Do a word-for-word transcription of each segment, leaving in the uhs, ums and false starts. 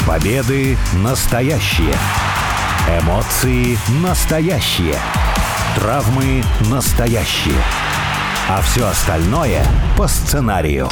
Победы настоящие. Эмоции настоящие. Травмы настоящие. А все остальное по сценарию.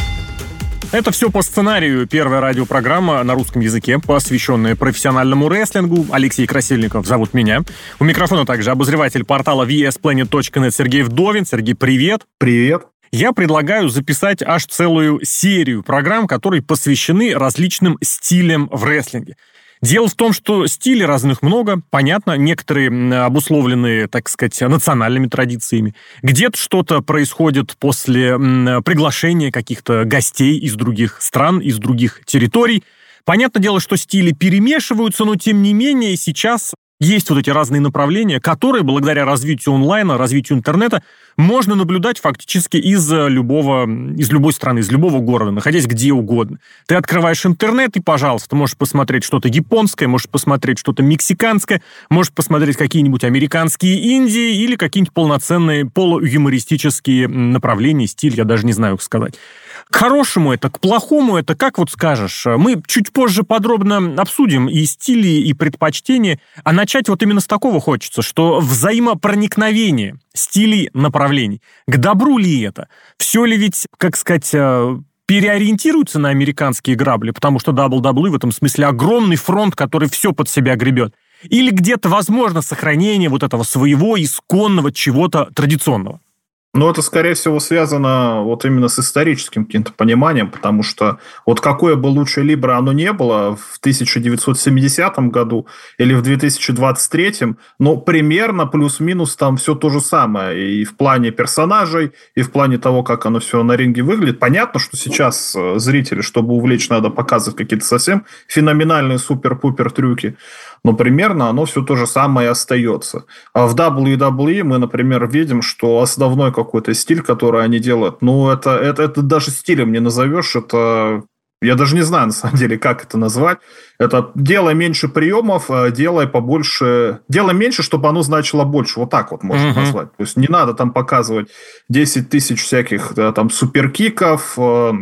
Это все по сценарию. Первая радиопрограмма на русском языке, посвященная профессиональному рестлингу. Алексей Красильников зовут меня. У микрофона также обозреватель портала ви эс планет точка нет Сергей Вдовин. Сергей, привет. Привет. Я предлагаю записать аж целую серию программ, которые посвящены различным стилям в рестлинге. Дело в том, что стилей разных много, понятно, некоторые обусловлены, так сказать, национальными традициями. Где-то что-то происходит после приглашения каких-то гостей из других стран, из других территорий. Понятное дело, что стили перемешиваются, но тем не менее сейчас есть вот эти разные направления, которые благодаря развитию онлайна, развитию интернета можно наблюдать фактически из любого, из любой страны, из любого города, находясь где угодно. Ты открываешь интернет и, пожалуйста, ты можешь посмотреть что-то японское, можешь посмотреть что-то мексиканское, можешь посмотреть какие-нибудь американские Индии или какие-нибудь полноценные полуюмористические направления, стиль, я даже не знаю, как сказать. К хорошему это, к плохому это, как вот скажешь. Мы чуть позже подробно обсудим и стили, и предпочтения, а начать вот именно с такого хочется, что взаимопроникновение стилей, направлений. К добру ли это? Все ли ведь, как сказать, переориентируются на американские грабли, потому что дабл ю дабл ю и в этом смысле огромный фронт, который все под себя гребет? Или где-то возможно сохранение вот этого своего исконного чего-то традиционного? Но это, скорее всего, связано вот именно с историческим каким-то пониманием, потому что вот какое бы лучше либо оно не было в тысяча девятьсот семидесятом году или в две тысячи двадцать третьем, но примерно плюс-минус там все то же самое. И в плане персонажей, и в плане того, как оно все на ринге выглядит. Понятно, что сейчас зрители, чтобы увлечь, надо показывать какие-то совсем феноменальные супер-пупер трюки. Но примерно оно все то же самое и остается. А в дабл ю дабл ю и мы, например, видим, что основной какой-то стиль, который они делают, ну, это, это, это даже стилем не назовешь, это... Я даже не знаю, на самом деле, как это назвать. Это делай меньше приемов, делай побольше... Делай меньше, чтобы оно значило больше. Вот так вот можно mm-hmm. назвать. То есть не надо там показывать десять тысяч всяких да, там суперкиков,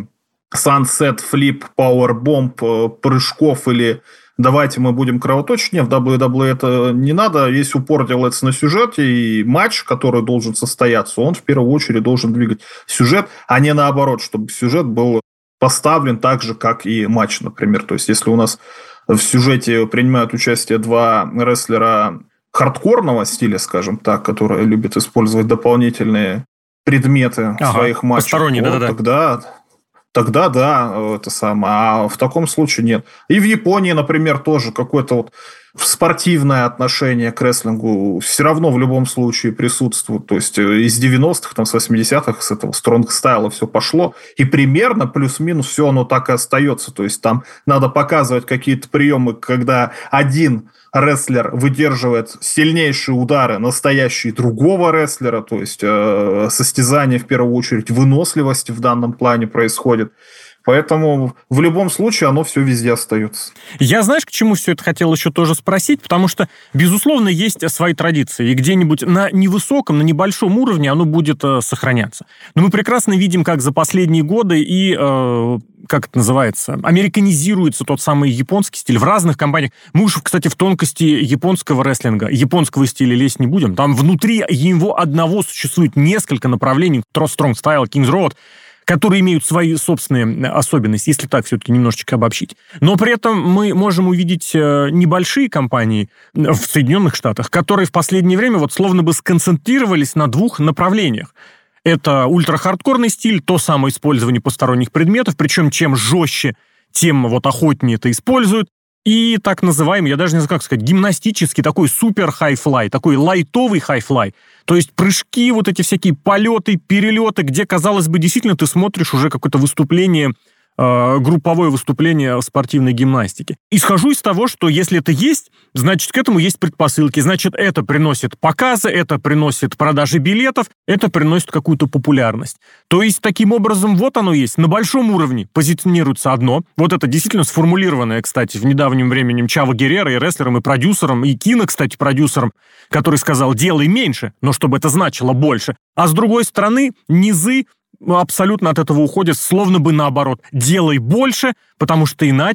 сансет, флип, пауэрбомб, прыжков или... Давайте мы будем кровоточить. Нет, в дабл ю дабл ю и это не надо. Весь упор делается на сюжете, и матч, который должен состояться, он в первую очередь должен двигать сюжет, а не наоборот, чтобы сюжет был поставлен так же, как и матч, например. То есть, если у нас в сюжете принимают участие два рестлера хардкорного стиля, скажем так, которые любят использовать дополнительные предметы ага, в своих матчах, посторонние, вот, да-да-да. тогда... Тогда да, это самое, а в таком случае нет. И в Японии, например, тоже какое-то вот спортивное отношение к рестлингу все равно в любом случае присутствует. То есть из девяностых, там, с восьмидесятых с этого стронг-стайла все пошло. И примерно плюс-минус все оно так и остается. То есть там надо показывать какие-то приемы, когда один рестлер выдерживает сильнейшие удары настоящие другого рестлера. То есть э, состязание в первую очередь выносливости в данном плане происходит. Поэтому в любом случае оно все везде остается. Я, знаешь, к чему все это хотел еще тоже спросить? Потому что, безусловно, есть свои традиции. И где-нибудь на невысоком, на небольшом уровне оно будет э, сохраняться. Но мы прекрасно видим, как за последние годы и, э, как это называется, американизируется тот самый японский стиль в разных компаниях. Мы уж, кстати, в тонкости японского рестлинга, японского стиля лезть не будем. Там внутри его одного существует несколько направлений. Strong Style, Kings Road, которые имеют свои собственные особенности, если так все-таки немножечко обобщить. Но при этом мы можем увидеть небольшие компании в Соединенных Штатах, которые в последнее время вот словно бы сконцентрировались на двух направлениях. Это ультрахардкорный стиль, то самое использование посторонних предметов, причем чем жестче, тем вот охотнее это используют. И так называемый, я даже не знаю, как сказать, гимнастический такой супер хай-флай, такой лайтовый хай-флай. То есть прыжки, вот эти всякие полеты, перелеты, где, казалось бы, действительно ты смотришь уже какое-то выступление, э, групповое выступление спортивной гимнастики. Исхожу из того, что если это есть, значит, к этому есть предпосылки. Значит, это приносит показы, это приносит продажи билетов, это приносит какую-то популярность. То есть, таким образом, вот оно есть. На большом уровне позиционируется одно. Вот это действительно сформулированное, кстати, в недавнем времени Чаво Геррера и рестлером, и продюсером, и Кино, кстати, продюсером, который сказал, делай меньше, но чтобы это значило больше. А с другой стороны, низы абсолютно от этого уходят, словно бы наоборот. Делай больше, потому что иначе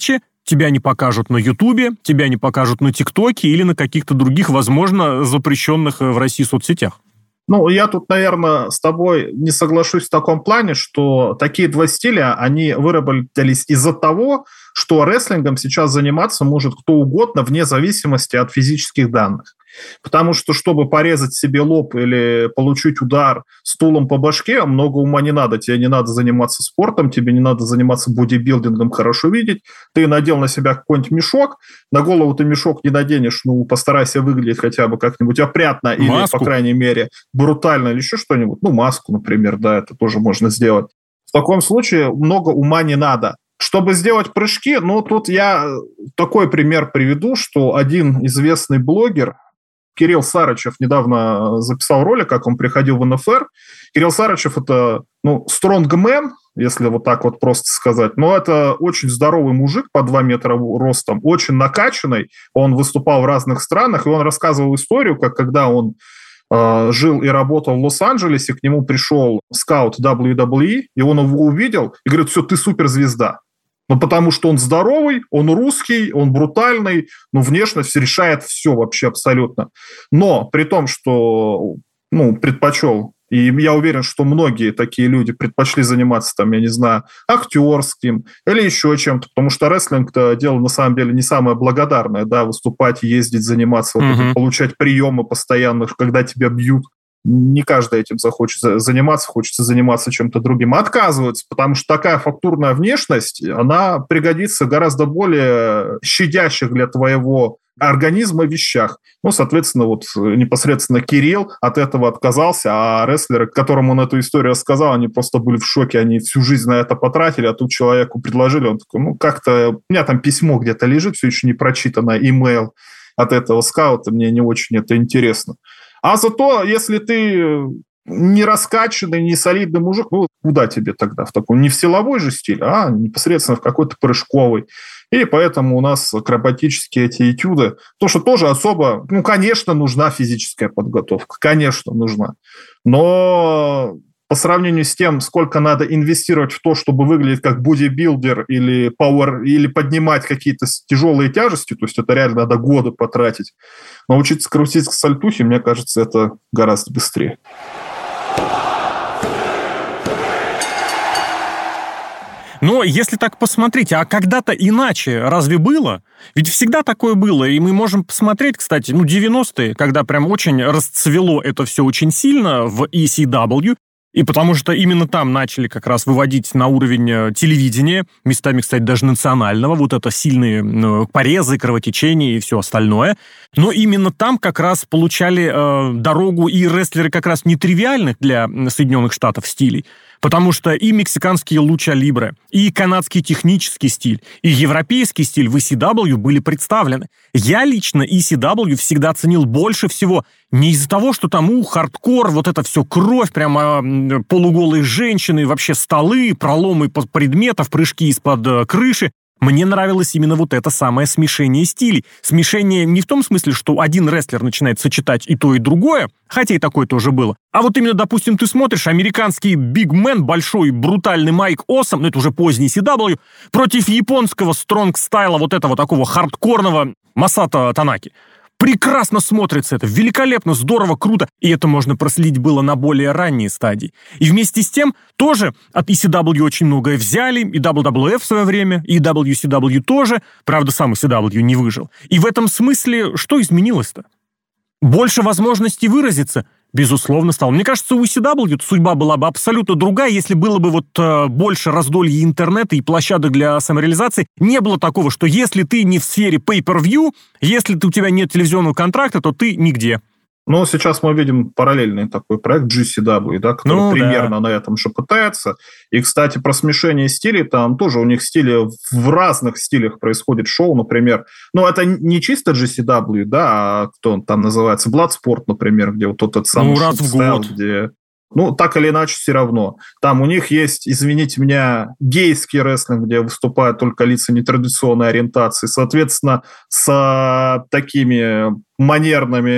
тебя не покажут на Ютубе, тебя не покажут на ТикТоке или на каких-то других, возможно, запрещенных в России соцсетях. Ну, я тут, наверное, с тобой не соглашусь в таком плане, что такие два стиля, они выработались из-за того, что рестлингом сейчас заниматься может кто угодно вне зависимости от физических данных. Потому что, чтобы порезать себе лоб или получить удар стулом по башке, много ума не надо. Тебе не надо заниматься спортом, тебе не надо заниматься бодибилдингом, хорошо видеть. Ты надел на себя какой-нибудь мешок, на голову ты мешок не наденешь, ну, постарайся выглядеть хотя бы как-нибудь опрятно Маску. Или, по крайней мере, брутально или еще что-нибудь. Ну, маску, например, да, это тоже можно сделать. В таком случае много ума не надо. Чтобы сделать прыжки, ну, тут я такой пример приведу, что один известный блогер, Кирилл Сарычев, недавно записал ролик, как он приходил в эн эф эр. Кирилл Сарычев – это, ну, стронгмен, если вот так вот просто сказать, но это очень здоровый мужик по два метра ростом, очень накачанный. Он выступал в разных странах, и он рассказывал историю, как когда он э, жил и работал в Лос-Анджелесе, к нему пришел скаут дабл ю дабл ю и, и он его увидел и говорит: все, ты суперзвезда. Ну, потому что он здоровый, он русский, он брутальный, ну, внешность решает все вообще абсолютно. Но при том, что, ну, предпочел, и я уверен, что многие такие люди предпочли заниматься, там, я не знаю, актерским или еще чем-то, потому что рестлинг-то дело, на самом деле, не самое благодарное, да, выступать, ездить, заниматься, вот, mm-hmm. это, получать приемы постоянно, когда тебя бьют. Не каждый этим захочет заниматься, хочется заниматься чем-то другим. Отказываются, потому что такая фактурная внешность, она пригодится гораздо более щадящих для твоего организма вещах. Ну, соответственно, вот непосредственно Кирилл от этого отказался, а рестлеры, которым он эту историю рассказал, они просто были в шоке, они всю жизнь на это потратили, а тут человеку предложили, он такой, ну, как-то, у меня там письмо где-то лежит, все еще не прочитано, имейл от этого скаута, мне не очень это интересно. А зато, если ты не раскачанный, не солидный мужик, ну, куда тебе тогда? В такой, не в силовой же стиль, а непосредственно в какой-то прыжковый. И поэтому у нас акробатические эти этюды, то, что тоже особо, ну, конечно, нужна физическая подготовка, конечно, нужна. Но по сравнению с тем, сколько надо инвестировать в то, чтобы выглядеть как бодибилдер или пауэр, или поднимать какие-то тяжелые тяжести, то есть это реально надо годы потратить. Научиться крутить сальтухи, мне кажется, это гораздо быстрее. Но если так посмотреть, а когда-то иначе разве было? Ведь всегда такое было, и мы можем посмотреть, кстати, ну, девяностые, когда прям очень расцвело это все очень сильно в и си дабл ю, и потому что именно там начали как раз выводить на уровень телевидения, местами, кстати, даже национального, вот это сильные ну, порезы, кровотечения и все остальное. Но именно там как раз получали э, дорогу и рестлеры как раз нетривиальных для Соединенных Штатов стилей, потому что и мексиканские луча-либре, и канадский технический стиль, и европейский стиль в и си дабл ю были представлены. Я лично и си дабл ю всегда ценил больше всего не из-за того, что там, у, хардкор, вот это все кровь, прямо полуголые женщины, вообще столы, проломы предметов, прыжки из-под э, крыши. Мне нравилось именно вот это самое смешение стилей. Смешение не в том смысле, что один рестлер начинает сочетать и то, и другое, хотя и такое тоже было. А вот именно, допустим, ты смотришь американский бигмен, большой, брутальный Майк Осом, ну это уже поздний си дабл ю, против японского стронг-стайла, вот этого такого хардкорного Масато Танаки. Прекрасно смотрится это, великолепно, здорово, круто. И это можно проследить было на более ранней стадии. И вместе с тем тоже от и си дабл ю очень многое взяли, и дабл ю дабл ю эф в свое время, и дабл ю си дабл ю тоже. Правда, сам и си дабл ю не выжил. И в этом смысле что изменилось-то? Больше возможностей выразиться, безусловно, стало. Мне кажется, у и си дабл ю судьба была бы абсолютно другая, если было бы вот э, больше раздолья интернета и площадок для самореализации. Не было такого, что если ты не в сфере pay-per-view, если ты, у тебя нет телевизионного контракта, то ты нигде. Ну, сейчас мы видим параллельный такой проект джи си дабл ю, да, который ну, примерно да. на этом же пытается. И, кстати, про смешение стилей, там тоже у них стили в разных стилях происходит шоу, например. Ну, это не чисто джи си дабл ю, да, а кто он там называется, Bloodsport, например, где вот этот самый ну, раз в стайл, год. где... Ну, так или иначе, все равно. Там у них есть, извините меня, гейский рестлинг, где выступают только лица нетрадиционной ориентации. Соответственно, с такими манерными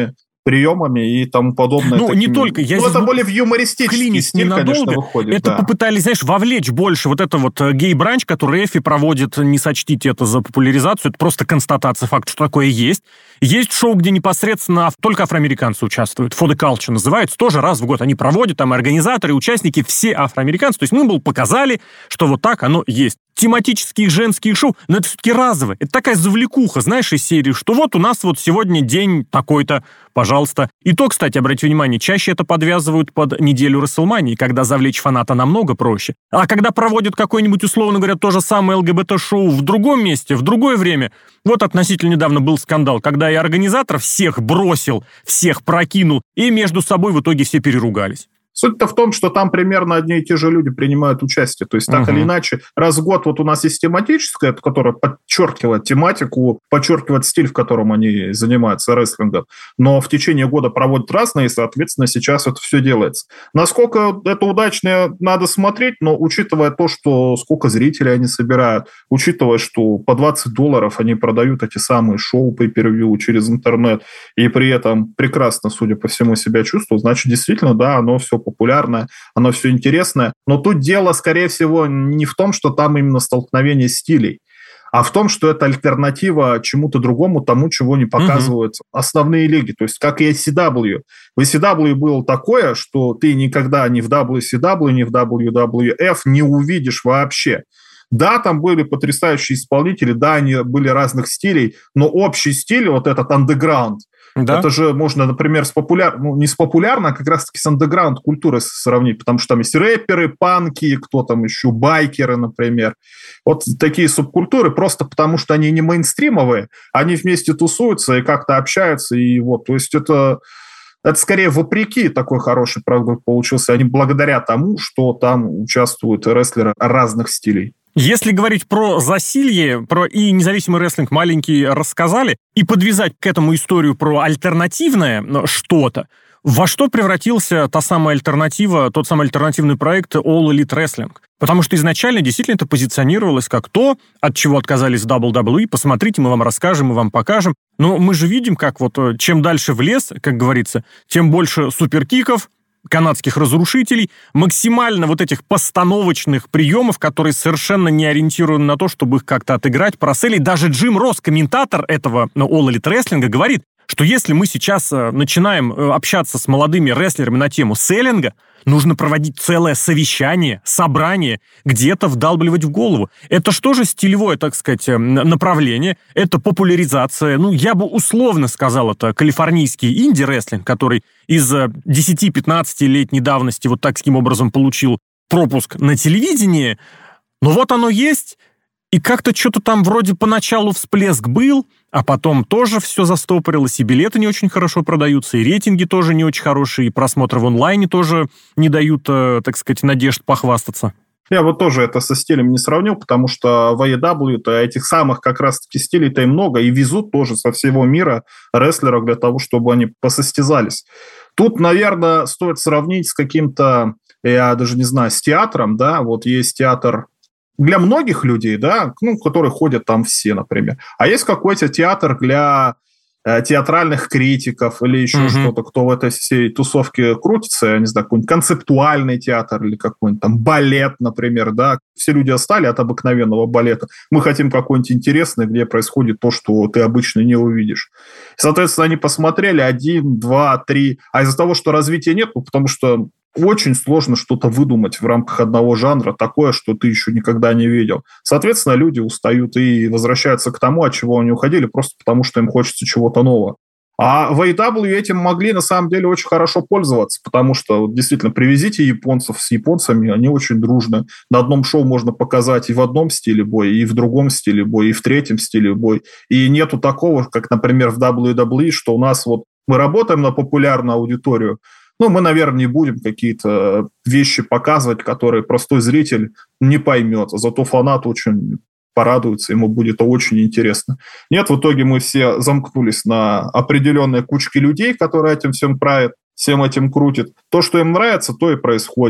приемами и тому подобное. Ну, такими... не только. Я ну, это более в юмористический стиль, конечно, выходит. Это да. попытались, знаешь, вовлечь больше. Вот это вот гей-бранч, который Эфи проводит, не сочтите это за популяризацию, это просто констатация факта, что такое есть. Есть шоу, где непосредственно только афроамериканцы участвуют. For the Culture называется. Тоже раз в год они проводят, там и организаторы, и участники, все афроамериканцы. То есть мы, был, показали, что вот так оно есть. Тематические женские шоу, но это все-таки разовое. Это такая завлекуха, знаешь, из серии, что вот у нас вот сегодня день такой-то, пожалуйста. И то, кстати, обратите внимание, чаще это подвязывают под неделю Расселмании, когда завлечь фаната намного проще. А когда проводят какое-нибудь, условно говоря, то же самое ЛГБТ-шоу в другом месте, в другое время, вот относительно недавно был скандал, когда и организатор всех бросил, всех прокинул, и между собой в итоге все переругались. Суть-то в том, что там примерно одни и те же люди принимают участие. То есть, так uh-huh. или иначе, раз в год вот у нас есть тематическая, которая подчеркивает тематику, подчеркивает стиль, в котором они занимаются рестлингом. Но в течение года проводят разные, и, соответственно, сейчас это все делается. Насколько это удачно, надо смотреть, но учитывая то, что сколько зрителей они собирают, учитывая, что по двадцать долларов они продают эти самые шоу pay-per-view через интернет, и при этом прекрасно, судя по всему, себя чувствуют, значит, действительно, да, оно все популярное, оно все интересное. Но тут дело, скорее всего, не в том, что там именно столкновение стилей, а в том, что это альтернатива чему-то другому, тому, чего не показывают uh-huh. основные лиги. То есть, как и ай си дабл ю. В ай си дабл ю было такое, что ты никогда ни в дабл ю си дабл ю, ни в дабл ю дабл ю эф не увидишь вообще. Да, там были потрясающие исполнители, да, они были разных стилей, но общий стиль, вот этот андеграунд, да? Это же можно, например, с популяр... ну, не с популярной, а как раз-таки с андеграунд-культурой сравнить, потому что там есть рэперы, панки, кто там еще, байкеры, например. Вот такие субкультуры, просто потому что они не мейнстримовые, они вместе тусуются и как-то общаются, и вот, то есть это... Это скорее вопреки такой хороший продукт получился, а не благодаря тому, что там участвуют рестлеры разных стилей. Если говорить про засилье, про и независимый рестлинг маленький рассказали, и подвязать к этому историю про альтернативное что-то, во что превратился та самая альтернатива, тот самый альтернативный проект All Elite Wrestling? Потому что изначально действительно это позиционировалось как то, от чего отказались в дабл ю дабл ю и. Посмотрите, мы вам расскажем, мы вам покажем. Но мы же видим, как вот чем дальше в лес, как говорится, тем больше суперкиков, канадских разрушителей, максимально вот этих постановочных приемов, которые совершенно не ориентированы на то, чтобы их как-то отыграть, проселить. Даже Джим Росс, комментатор этого All Elite Wrestling, говорит, что если мы сейчас начинаем общаться с молодыми рестлерами на тему селлинга, нужно проводить целое совещание, собрание, где-то вдалбливать в голову. Это что же стилевое, так сказать, направление? Это популяризация. Ну, я бы условно сказал, это калифорнийский инди-рестлинг, который из десяти-пятнадцатилетней давности вот таким образом получил пропуск на телевидение. Но вот оно есть, и как-то что-то там вроде поначалу всплеск был, а потом тоже все застопорилось, и билеты не очень хорошо продаются, и рейтинги тоже не очень хорошие, и просмотры в онлайне тоже не дают, так сказать, надежд похвастаться. Я вот тоже это со стилем не сравнил, потому что в эй и дабл ю-то этих самых как раз-таки стилей-то и много, и везут тоже со всего мира рестлеров для того, чтобы они посостязались. Тут, наверное, стоит сравнить с каким-то, я даже не знаю, с театром, да, вот есть театр для многих людей, да, ну, которые ходят там все, например. А есть какой-то театр для э, театральных критиков или еще mm-hmm. что-то, кто в этой всей тусовке крутится, я не знаю, какой-нибудь концептуальный театр или какой-нибудь там балет, например, да. Все люди отстали от обыкновенного балета. Мы хотим какой-нибудь интересный, где происходит то, что ты обычно не увидишь. Соответственно, они посмотрели один, два, три, а из-за того, что развития нет, ну, потому что очень сложно что-то выдумать в рамках одного жанра, такое, что ты еще никогда не видел. Соответственно, люди устают и возвращаются к тому, от чего они уходили, просто потому что им хочется чего-то нового. А в эй и дабл ю этим могли, на самом деле, очень хорошо пользоваться, потому что, действительно, привезите японцев с японцами, они очень дружны. На одном шоу можно показать и в одном стиле бой, и в другом стиле бой, и в третьем стиле бой. И нету такого, как, например, в дабл ю дабл ю и, что у нас вот мы работаем на популярную аудиторию, ну, мы, наверное, не будем какие-то вещи показывать, которые простой зритель не поймет, зато фанат очень порадуется, ему будет очень интересно. Нет, в итоге мы все замкнулись на определенной кучке людей, которые этим всем правят, всем этим крутят. То, что им нравится, то и происходит.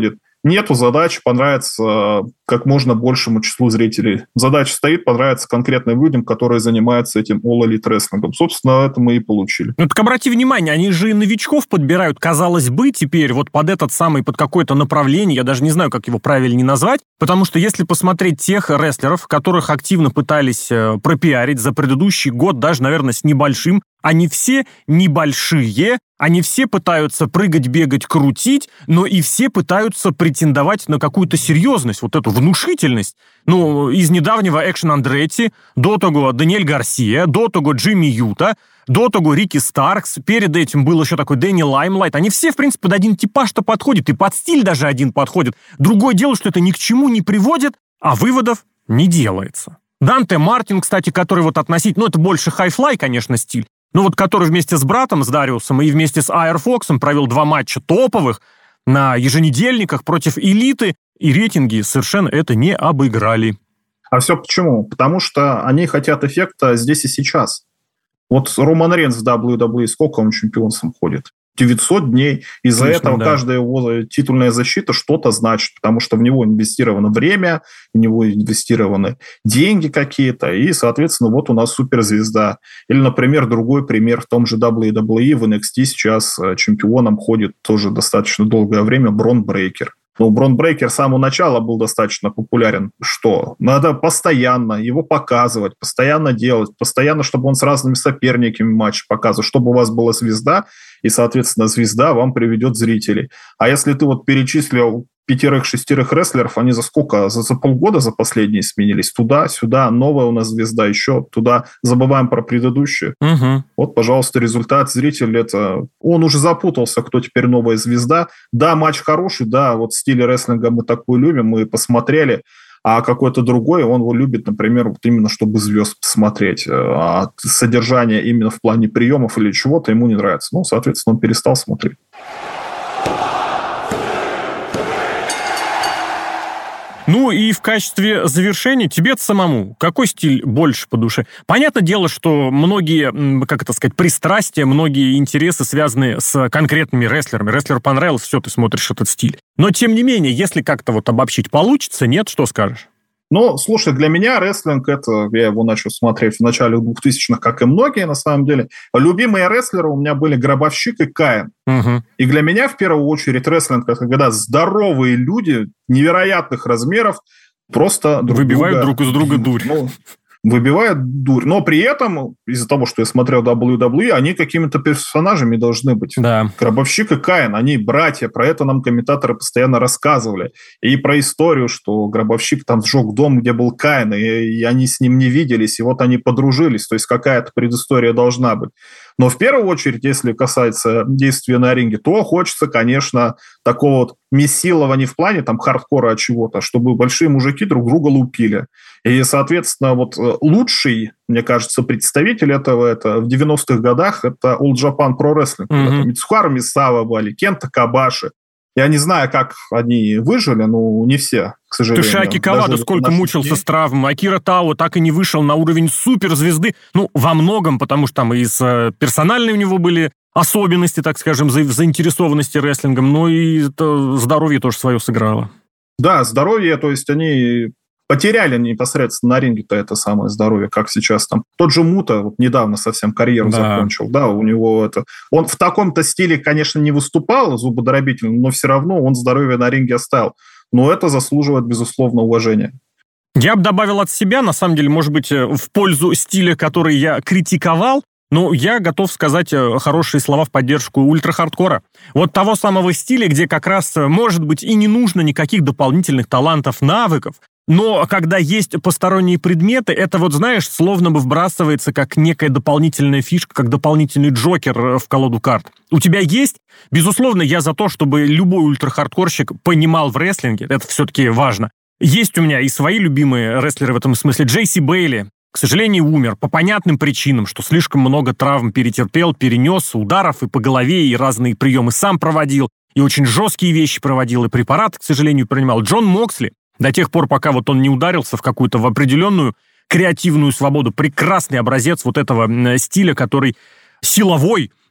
нету задачи понравиться как можно большему числу зрителей. Задача стоит понравиться конкретным людям, которые занимаются этим All Elite Wrestling. Собственно, это мы и получили. Ну, так обрати внимание, они же и новичков подбирают, казалось бы, теперь вот под этот самый, под какое-то направление, я даже не знаю, как его правильнее назвать, потому что если посмотреть тех рестлеров, которых активно пытались э, пропиарить за предыдущий год, даже, наверное, с небольшим, они все небольшие, они все пытаются прыгать, бегать, крутить, но и все пытаются претендовать на какую-то серьезность, вот эту внушительность. Ну, из недавнего Экшен Андретти, до того Даниэль Гарсия, до того Джимми Юта, до того Рики Старкс, перед этим был еще такой Дэнни Лаймлайт. Они все, в принципе, под один типаж-то подходят, и под стиль даже один подходит. Другое дело, что это ни к чему не приводит, а выводов не делается. Данте Мартин, кстати, который вот относительно, ну, это больше хай-флай, конечно, стиль, ну вот который вместе с братом, с Дариусом, и вместе с Айр Фоксом провел два матча топовых на еженедельниках против элиты, и рейтинги совершенно это не обыграли. А все почему? Потому что они хотят эффекта здесь и сейчас. Вот Роман Рейнс в дабл ю дабл ю и, сколько он чемпионством ходит? девятьсот дней. Из-за Конечно, этого да. каждая его титульная защита что-то значит, потому что в него инвестировано время, в него инвестированы деньги какие-то, и, соответственно, вот у нас суперзвезда. Или, например, другой пример в том же дабл ю дабл ю и в эн экс ти сейчас чемпионом ходит тоже достаточно долгое время Брон Брейкер. Ну, Брон Брейкер с самого начала был достаточно популярен. Что? Надо постоянно его показывать, постоянно делать, постоянно, чтобы он с разными соперниками матчи показывал, чтобы у вас была звезда, и, соответственно, звезда вам приведет зрителей. А если ты вот перечислил пятерых-шестерых рестлеров, они за сколько? За, за полгода за последние сменились. Туда-сюда, новая у нас звезда, еще туда. Забываем про предыдущую. Угу. Вот, пожалуйста, результат. Зритель это... Он уже запутался, кто теперь новая звезда. Да, матч хороший, да, вот в стиле рестлинга мы такой любим, мы посмотрели. А какой-то другой, он его любит, например, вот именно чтобы звезд посмотреть. А содержание именно в плане приемов или чего-то ему не нравится. Ну, соответственно, он перестал смотреть. Ну и в качестве завершения тебе самому какой стиль больше по душе? Понятное дело, что многие, как это сказать, пристрастия, многие интересы связаны с конкретными рестлерами. Рестлер понравился, все, ты смотришь этот стиль. Но тем не менее, если как-то вот обобщить получится, нет, что скажешь? Ну, слушай, для меня рестлинг, это я его начал смотреть в начале двухтысячных, как и многие, на самом деле. Любимые рестлеры у меня были Гробовщик и Каин. Угу. И для меня, в первую очередь, рестлинг, это когда здоровые люди невероятных размеров просто друг выбивают друга, друг из друга дурь. Ну, выбивают дурь. Но при этом, из-за того, что я смотрел дабл ю дабл ю и, они какими-то персонажами должны быть. Да. Гробовщик и Каин, они братья. Про это нам комментаторы постоянно рассказывали. И про историю, что Гробовщик там сжег дом, где был Каин, и, и они с ним не виделись, и вот они подружились. То есть какая-то предыстория должна быть. Но в первую очередь, если касается действия на ринге, то хочется, конечно, такого вот месилова не в плане там хардкора от чего-то, чтобы большие мужики друг друга лупили. И, соответственно, вот лучший, мне кажется, представитель этого это в девяностых годах это All Japan Pro Wrestling. Mm-hmm. Мицухару Мисава были, Кента Кабаши. Я не знаю, как они выжили, но не все, к сожалению. Ты Шаки Кавада сколько мучился дней. С травмой. Акира Тао так и не вышел на уровень суперзвезды. Ну, во многом, потому что там и с персональные у него были особенности, так скажем, в заинтересованности рестлингом, но и здоровье тоже свое сыграло. Да, здоровье, то есть они... Потеряли непосредственно на ринге-то это самое здоровье, как сейчас там. Тот же Мута вот недавно совсем карьеру да. закончил, да, у него это... Он в таком-то стиле, конечно, не выступал зубодробительным, но все равно он здоровье на ринге оставил. Но это заслуживает, безусловно, уважения. Я бы добавил от себя, на самом деле, может быть, в пользу стиля, который я критиковал, но я готов сказать хорошие слова в поддержку ультра-хардкора. Вот того самого стиля, где как раз, может быть, и не нужно никаких дополнительных талантов, навыков, но когда есть посторонние предметы, это вот, знаешь, словно бы вбрасывается как некая дополнительная фишка, как дополнительный джокер в колоду карт. У тебя есть? Безусловно, я за то, чтобы любой ультрахардкорщик понимал в рестлинге, это все-таки важно. Есть у меня и свои любимые рестлеры в этом смысле. Джейси Бейли, к сожалению, умер по понятным причинам, что слишком много травм перетерпел, перенес, ударов и по голове, и разные приемы сам проводил, и очень жесткие вещи проводил, и препараты, к сожалению, принимал. Джон Моксли, до тех пор, пока вот он не ударился в какую-то в определенную креативную свободу. Прекрасный образец вот этого стиля, который силовой,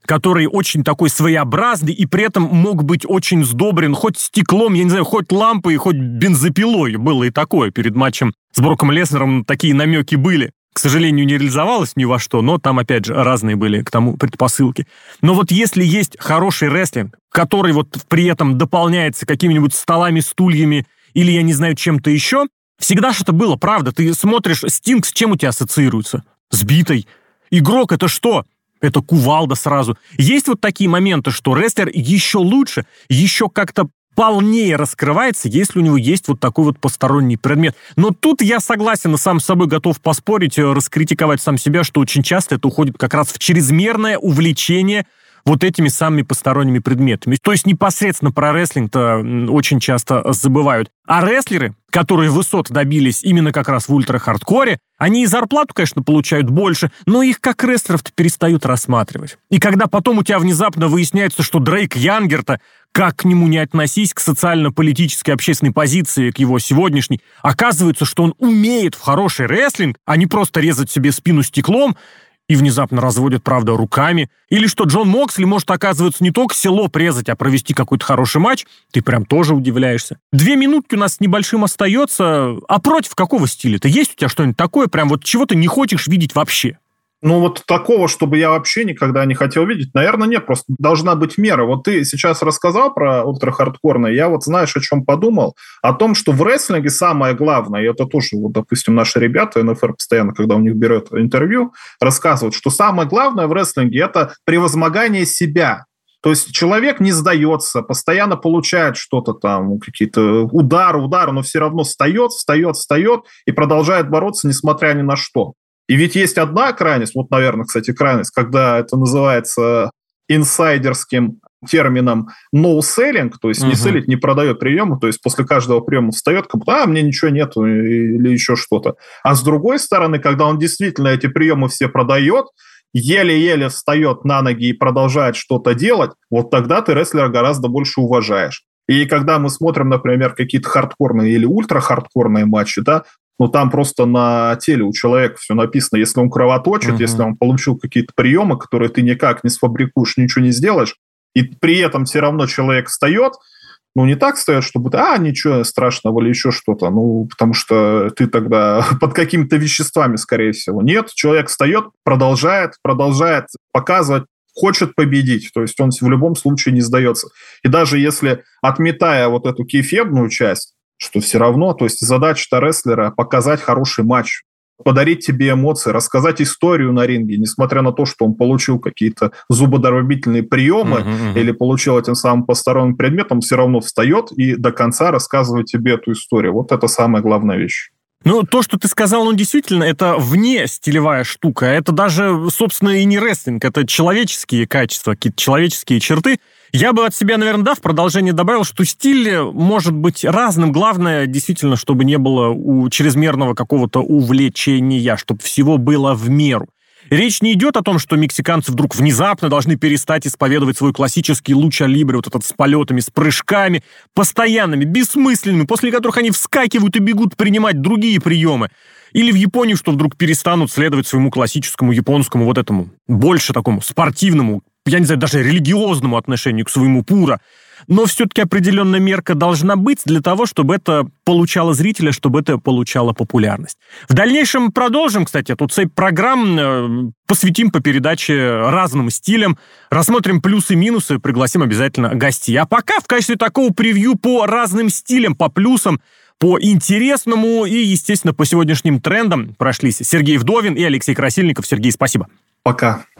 который очень такой своеобразный и при этом мог быть очень сдобрен хоть стеклом, я не знаю, хоть лампой, хоть бензопилой. Было и такое перед матчем с Броком Леснером, такие намеки были. К сожалению, не реализовалось ни во что, но там, опять же, разные были к тому предпосылки. Но вот если есть хороший рестлинг, который вот при этом дополняется какими-нибудь столами, стульями или, я не знаю, чем-то еще, всегда что-то было, правда. Ты смотришь, Стинг с чем у тебя ассоциируется? С битой. Игрок — это что? Это кувалда сразу. Есть вот такие моменты, что рестлер еще лучше, еще как-то полнее раскрывается, если у него есть вот такой вот посторонний предмет. Но тут я согласен и сам с собой готов поспорить, раскритиковать сам себя, что очень часто это уходит как раз в чрезмерное увлечение вот этими самыми посторонними предметами. То есть непосредственно про рестлинг-то очень часто забывают. А рестлеры, которые высот добились именно как раз в ультра-хардкоре, они и зарплату, конечно, получают больше, но их как рестлеров-то перестают рассматривать. И когда потом у тебя внезапно выясняется, что Дрейк Янгер-то, как к нему не относись, к социально-политической общественной позиции, к его сегодняшней, оказывается, что он умеет в хороший рестлинг, а не просто резать себе спину стеклом, и внезапно разводят, правда, руками. Или что Джон Моксли может, оказывается, не только село презать, а провести какой-то хороший матч. Ты прям тоже удивляешься. Две минутки у нас с небольшим остается. А против какого стиля-то? Есть у тебя что-нибудь такое, прям вот чего ты не хочешь видеть вообще? Ну, вот такого, чтобы я вообще никогда не хотел видеть, наверное, нет. Просто должна быть мера. Вот ты сейчас рассказал про ультра-хардкорное, я вот, знаешь, о чем подумал? О том, что в рестлинге самое главное, и это тоже, вот, допустим, наши ребята, эн эф эр постоянно, когда у них берет интервью, рассказывают, что самое главное в рестлинге – это превозмогание себя. То есть человек не сдается, постоянно получает что-то там, какие-то удары, удары, но все равно встает, встает, встает и продолжает бороться, несмотря ни на что. И ведь есть одна крайность, вот, наверное, кстати, крайность, когда это называется инсайдерским термином no-selling, то есть uh-huh. не селит, не продает приемы, то есть после каждого приема встает, как будто, а, мне ничего нету или еще что-то. А с другой стороны, когда он действительно эти приемы все продает, еле-еле встает на ноги и продолжает что-то делать, вот тогда ты рестлера гораздо больше уважаешь. И когда мы смотрим, например, какие-то хардкорные или ультра-хардкорные матчи, да, ну, там просто на теле у человека все написано. Если он кровоточит, uh-huh. если он получил какие-то приемы, которые ты никак не сфабрикуешь, ничего не сделаешь, и при этом все равно человек встает, ну, не так встает, чтобы, а, ничего страшного или еще что-то, ну, потому что ты тогда под какими-то веществами, скорее всего. Нет, человек встает, продолжает, продолжает показывать, хочет победить, то есть он в любом случае не сдается. И даже если, отметая вот эту кейфебную часть, что все равно, то есть задача-то рестлера – показать хороший матч, подарить тебе эмоции, рассказать историю на ринге, несмотря на то, что он получил какие-то зубодробительные приемы uh-huh, uh-huh. или получил этим самым посторонним предметом, все равно встает и до конца рассказывает тебе эту историю. Вот это самая главная вещь. Ну, то, что ты сказал, ну, действительно, это вне стилевая штука. Это даже, собственно, и не рестлинг. Это человеческие качества, какие-то человеческие черты. Я бы от себя, наверное, да, в продолжение добавил, что стиль может быть разным. Главное, действительно, чтобы не было у чрезмерного какого-то увлечения, чтобы всего было в меру. Речь не идет о том, что мексиканцы вдруг внезапно должны перестать исповедовать свой классический луча-либре, вот этот с полетами, с прыжками, постоянными, бессмысленными, после которых они вскакивают и бегут принимать другие приемы. Или в Японии, что вдруг перестанут следовать своему классическому японскому вот этому, больше такому спортивному, я не знаю, даже религиозному отношению к своему пура. Но все-таки определенная мерка должна быть для того, чтобы это получало зрителя, чтобы это получало популярность. В дальнейшем продолжим, кстати, эту цепь программ, посвятим по передаче разным стилям, рассмотрим плюсы и минусы, пригласим обязательно гостей. А пока в качестве такого превью по разным стилям, по плюсам, по интересному и, естественно, по сегодняшним трендам прошлись Сергей Вдовин и Алексей Красильников. Сергей, спасибо. Пока.